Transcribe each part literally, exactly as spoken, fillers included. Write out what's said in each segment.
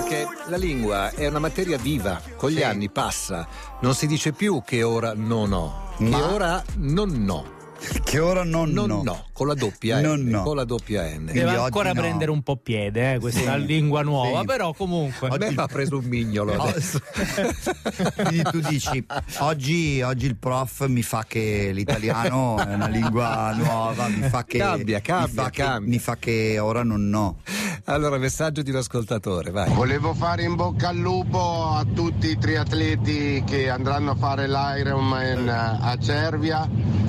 Perché la lingua è una materia viva, con gli Sì. anni passa, non si dice più che ora non ho, che Ma- ora non no. Che ora non Non no. no, con la doppia Non N, no. con la doppia N. Quindi Deve oggi ancora no. prendere un po' piede, eh, questa Sì. lingua nuova, Sì. però comunque. A me mi ha preso un mignolo No. adesso. Quindi tu dici oggi, oggi il prof mi fa che l'italiano è una lingua nuova, mi fa che Cambia, cambia, mi fa cambia. Che, mi fa che ora non no. Allora, messaggio di un ascoltatore, vai. Volevo fare in bocca al lupo a tutti i triatleti che andranno a fare l'Ironman a Cervia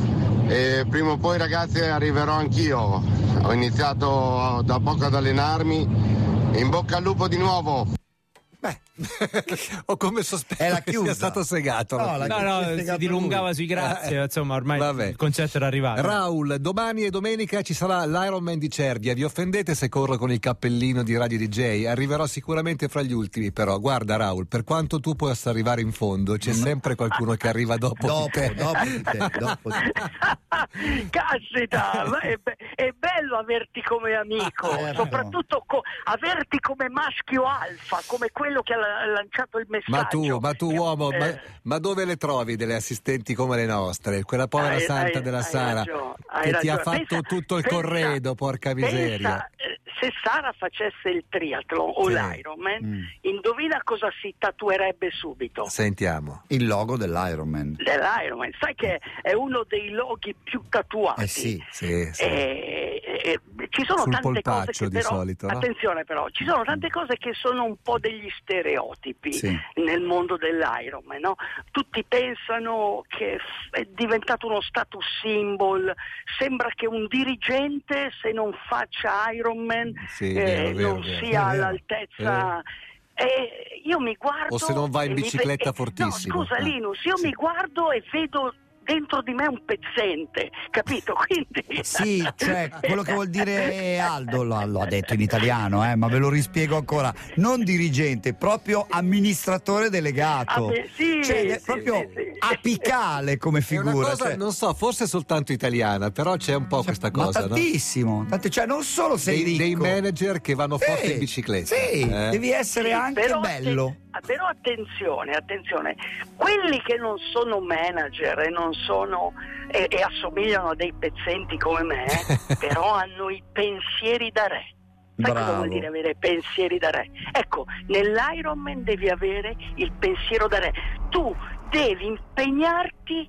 e prima o poi, ragazzi, arriverò anch'io. Ho iniziato da poco ad allenarmi. In bocca al lupo di nuovo. Beh, ho come sospetto È la che chiusa. sia stato segato. No, la- No, si è no, spiegato si dilungava lui. sui grazie, insomma, ormai Vabbè. il concetto era arrivato. Raul, domani e domenica ci sarà l'Ironman di Cervia. Vi offendete se corro con il cappellino di Radio D J? Arriverò sicuramente fra gli ultimi, però guarda Raul, per quanto tu possa arrivare in fondo, c'è sempre qualcuno che arriva dopo, Dopo, di te. dopo di te, dopo di te. Caspita, ma è, be- è bello averti come amico, Certo. soprattutto co- averti come maschio alfa, come quello che ha la- lanciato il messaggio. Ma tu, ma tu Eh, uomo, eh, ma, ma dove le trovi delle assistenti come le nostre? Quella povera hai- santa hai- della hai Sara ragione, hai che ti ha ragione. fatto Pensa- tutto il pensa- corredo, porca miseria. pensa, eh, se Sara facesse il triathlon o Sì. l'Ironman, Mm. indovina cosa si tatuerebbe subito? Sentiamo. Il logo dell'Ironman. Dell'Ironman, sai che è uno dei loghi più tatuati. Eh sì. Sì, sì. E, e- e ci sono Sul tante cose polpaccio che di però, solito, no? attenzione però, ci sono tante cose che sono un po' degli stereotipi Sì. nel mondo dell'Ironman, no? Tutti pensano che f- è diventato uno status symbol, sembra che un dirigente se non faccia Ironman Sì, eh, vero, vero, non vero. sia È vero, all'altezza. E io mi guardo O se non va in e mi bicicletta ve- e- fortissimo. No, scusa Ah, Linus, io sì. mi guardo e vedo dentro di me un pezzente, capito? Quindi Sì, cioè quello che vuol dire Aldo lo, lo ha detto in italiano, eh, ma ve lo rispiego ancora. Non dirigente, proprio amministratore delegato. Ah, beh, sì, cioè, è sì, proprio sì, sì. apicale come È una figura. cosa, cioè, non so, forse soltanto italiana, però c'è un po' questa ma cosa, no? tantissimo, tante- cioè non solo sei Dei, dei ricco. manager che vanno forte Sì, in bicicletta. Sì, eh? devi essere Sì, anche però bello. atten- però attenzione, attenzione, quelli che non sono manager e non sono e, e assomigliano a dei pezzenti come me, però hanno i pensieri da re. Sai cosa Bravo. vuol dire avere pensieri da re? Ecco, nell'Ironman devi avere il pensiero da re. Tu devi impegnarti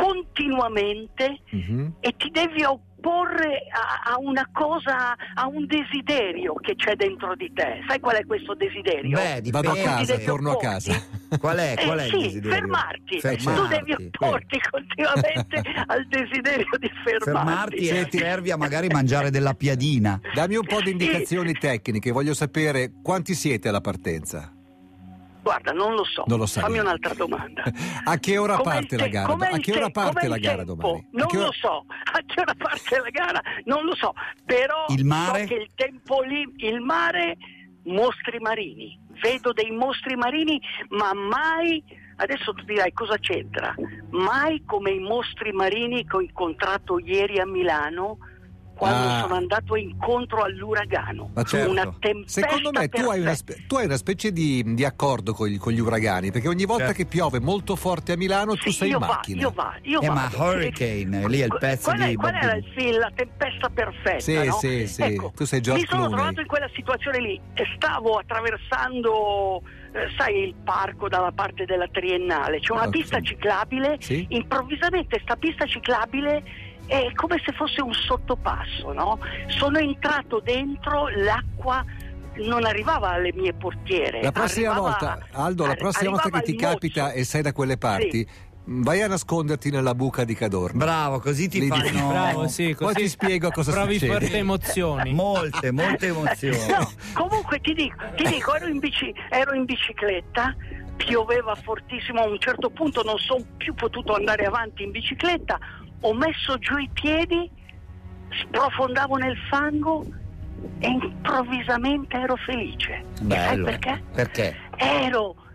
continuamente Mhm. e ti devi opporre a, a una cosa, a un desiderio che c'è dentro di te. Sai qual è questo desiderio? Beh, Vado a dipende. casa, devi torno a opporti. casa. Qual è, Eh, qual è il sì, desiderio? fermarti. Fermarti. Tu devi opporti continuamente al desiderio di fermarti. Fermarti e servi a magari mangiare della piadina. Dammi un po' di indicazioni tecniche, voglio sapere quanti siete alla partenza. Guarda, non lo so. Non lo sai. Fammi un'altra domanda. A che ora Com'è parte il la te- gara? com'è A il che ora te- parte com'è la il gara tempo? domani? A Non che ora- lo so. A che ora parte la gara? Non lo so. Però Il mare? so che il tempo lì, il mare, mostri marini. Vedo dei mostri marini, ma mai, adesso tu dirai cosa c'entra, mai come i mostri marini che ho incontrato ieri a Milano quando Ah. sono andato incontro all'uragano. Ma certo. Una tempesta Secondo me tu hai una, perfetta. spe- tu hai una specie di, di accordo con gli, con gli uragani, perché ogni volta Certo. che piove molto forte a Milano tu Sì, sei io in va- macchina. io va- io Eh, ma vado. Hurricane, lì è il pezzo qual è- di qual Bob era il Dylan. film La tempesta perfetta, Sì, no? sì, sì. Ecco, Tu sei George mi sono Clooney. trovato in quella situazione lì e stavo attraversando eh, sai il parco dalla parte della Triennale, c'è una Ah, pista sì. ciclabile, Sì. improvvisamente sta pista ciclabile è come se fosse un sottopasso, no? Sono entrato dentro, l'acqua non arrivava alle mie portiere. La prossima arrivava- volta, Aldo, la arri- prossima volta che arrivava ti al capita mozzo. e sei da quelle parti, vai a nasconderti nella buca di Cadorna. Bravo, così ti Lì- fanno Bravo, sì, Poi così ti spiego cosa provi succede. forti emozioni. molte, molte emozioni. No, comunque ti dico, ti dico ero, in bici, ero in bicicletta, pioveva fortissimo, a un certo punto non sono più potuto andare avanti in bicicletta, ho messo giù i piedi, sprofondavo nel fango e improvvisamente ero felice. E sai Bello. perché? Perché? Ero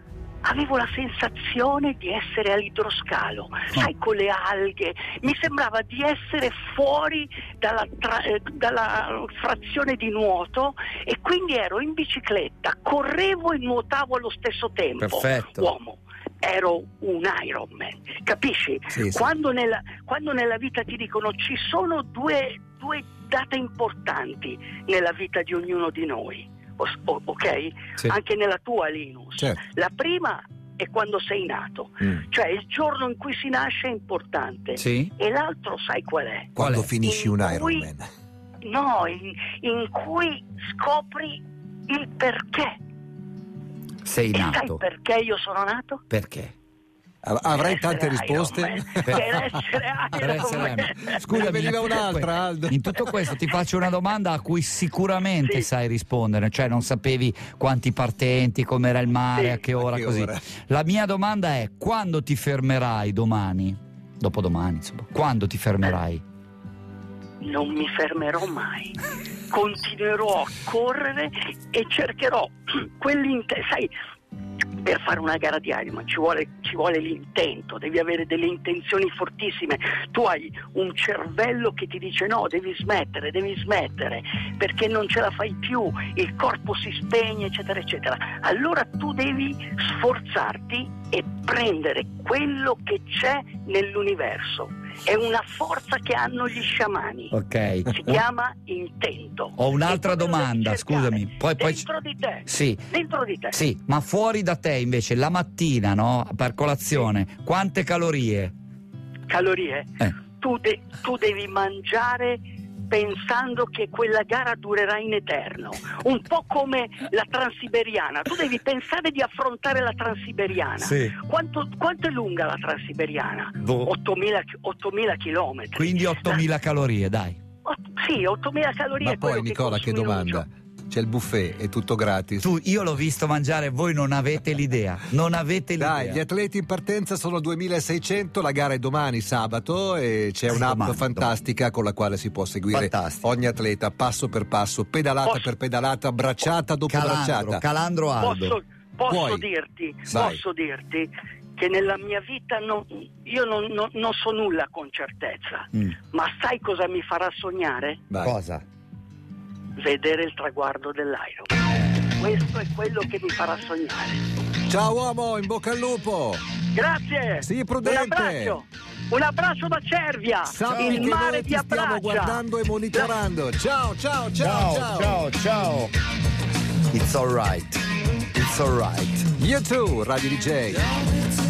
avevo la sensazione di essere all'idroscalo, sai, con le alghe, mi sembrava di essere fuori dalla, tra, eh, dalla frazione di nuoto, e quindi ero in bicicletta, correvo e nuotavo allo stesso tempo. Perfetto. Uomo, ero un Ironman, capisci? Sì, sì. Quando, nella, quando nella vita ti dicono ci sono due, due date importanti nella vita di ognuno di noi, o, o, ok? Sì. Anche nella tua, Linus. Certo. La prima è quando sei nato, Mm. cioè il giorno in cui si nasce è importante, Sì. e l'altro sai qual è? Quando Qual è? finisci In un cui- Ironman. No, in, in cui scopri il perché. Sei E sai nato. perché io sono nato? Perché? Av- Avrai Per tante essere risposte? Iron Man. Per essere Per Iron essere Man. Iron- Scusami, veniva in tutto un'altra, que- Aldo. In tutto questo ti faccio una domanda a cui sicuramente Sì. sai rispondere, cioè non sapevi quanti partenti, com'era il mare, Sì. a che ora, A che così. ora? La mia domanda è: quando ti fermerai domani? Dopodomani, insomma. Quando ti fermerai? Non mi fermerò mai, continuerò a correre e cercherò quell'inte- sai, per fare una gara di Ironman ci vuole, ci vuole l'intento, devi avere delle intenzioni fortissime. Tu hai un cervello che ti dice no, devi smettere, devi smettere perché non ce la fai più, il corpo si spegne, eccetera eccetera. Allora tu devi sforzarti e prendere quello che c'è nell'universo. È una forza che hanno gli sciamani. Ok. Si chiama intento. Ho un'altra E quello devi domanda, cercare scusami. Poi, poi... dentro di te. Sì. Dentro di te. Sì, ma fuori da te invece, la mattina, no? Per colazione, quante calorie? Calorie. Eh. Tu, de- tu devi mangiare pensando che quella gara durerà in eterno, un po' come la Transiberiana. Tu devi pensare di affrontare la Transiberiana. Sì. Quanto, quanto è lunga la Transiberiana? Boh. ottomila chilometri. Quindi ottomila calorie, dai. Ot- sì, ottomila calorie. Ma è quello poi Nicola, che consumi in un domanda? giorno. C'è il buffet, è tutto gratis. Tu, io l'ho visto mangiare, voi non avete l'idea. Non avete l'idea. Dai, gli atleti in partenza sono duemilaseicento, la gara è domani sabato e c'è Sì, un'app domani, fantastica con la quale si può seguire Fantastico. ogni atleta passo per passo, pedalata Posso- per pedalata, bracciata dopo Calandro, bracciata. Calandro Aldo. Posso, posso Puoi. dirti, Vai. posso dirti che nella mia vita non- io non, non- non so nulla con certezza, Mm. ma sai cosa mi farà sognare? Vai. Cosa? Vedere il traguardo dell'Iron. Questo è quello che mi farà sognare. Ciao uomo, in bocca al lupo. Grazie. Sii prudente. Un abbraccio. Un abbraccio da Cervia. Sappi Il che mare noi ti ti stiamo abbraccia. guardando e monitorando. Ciao, ciao, ciao, ciao. ciao, ciao. It's alright. It's alright. You too, Radio D J.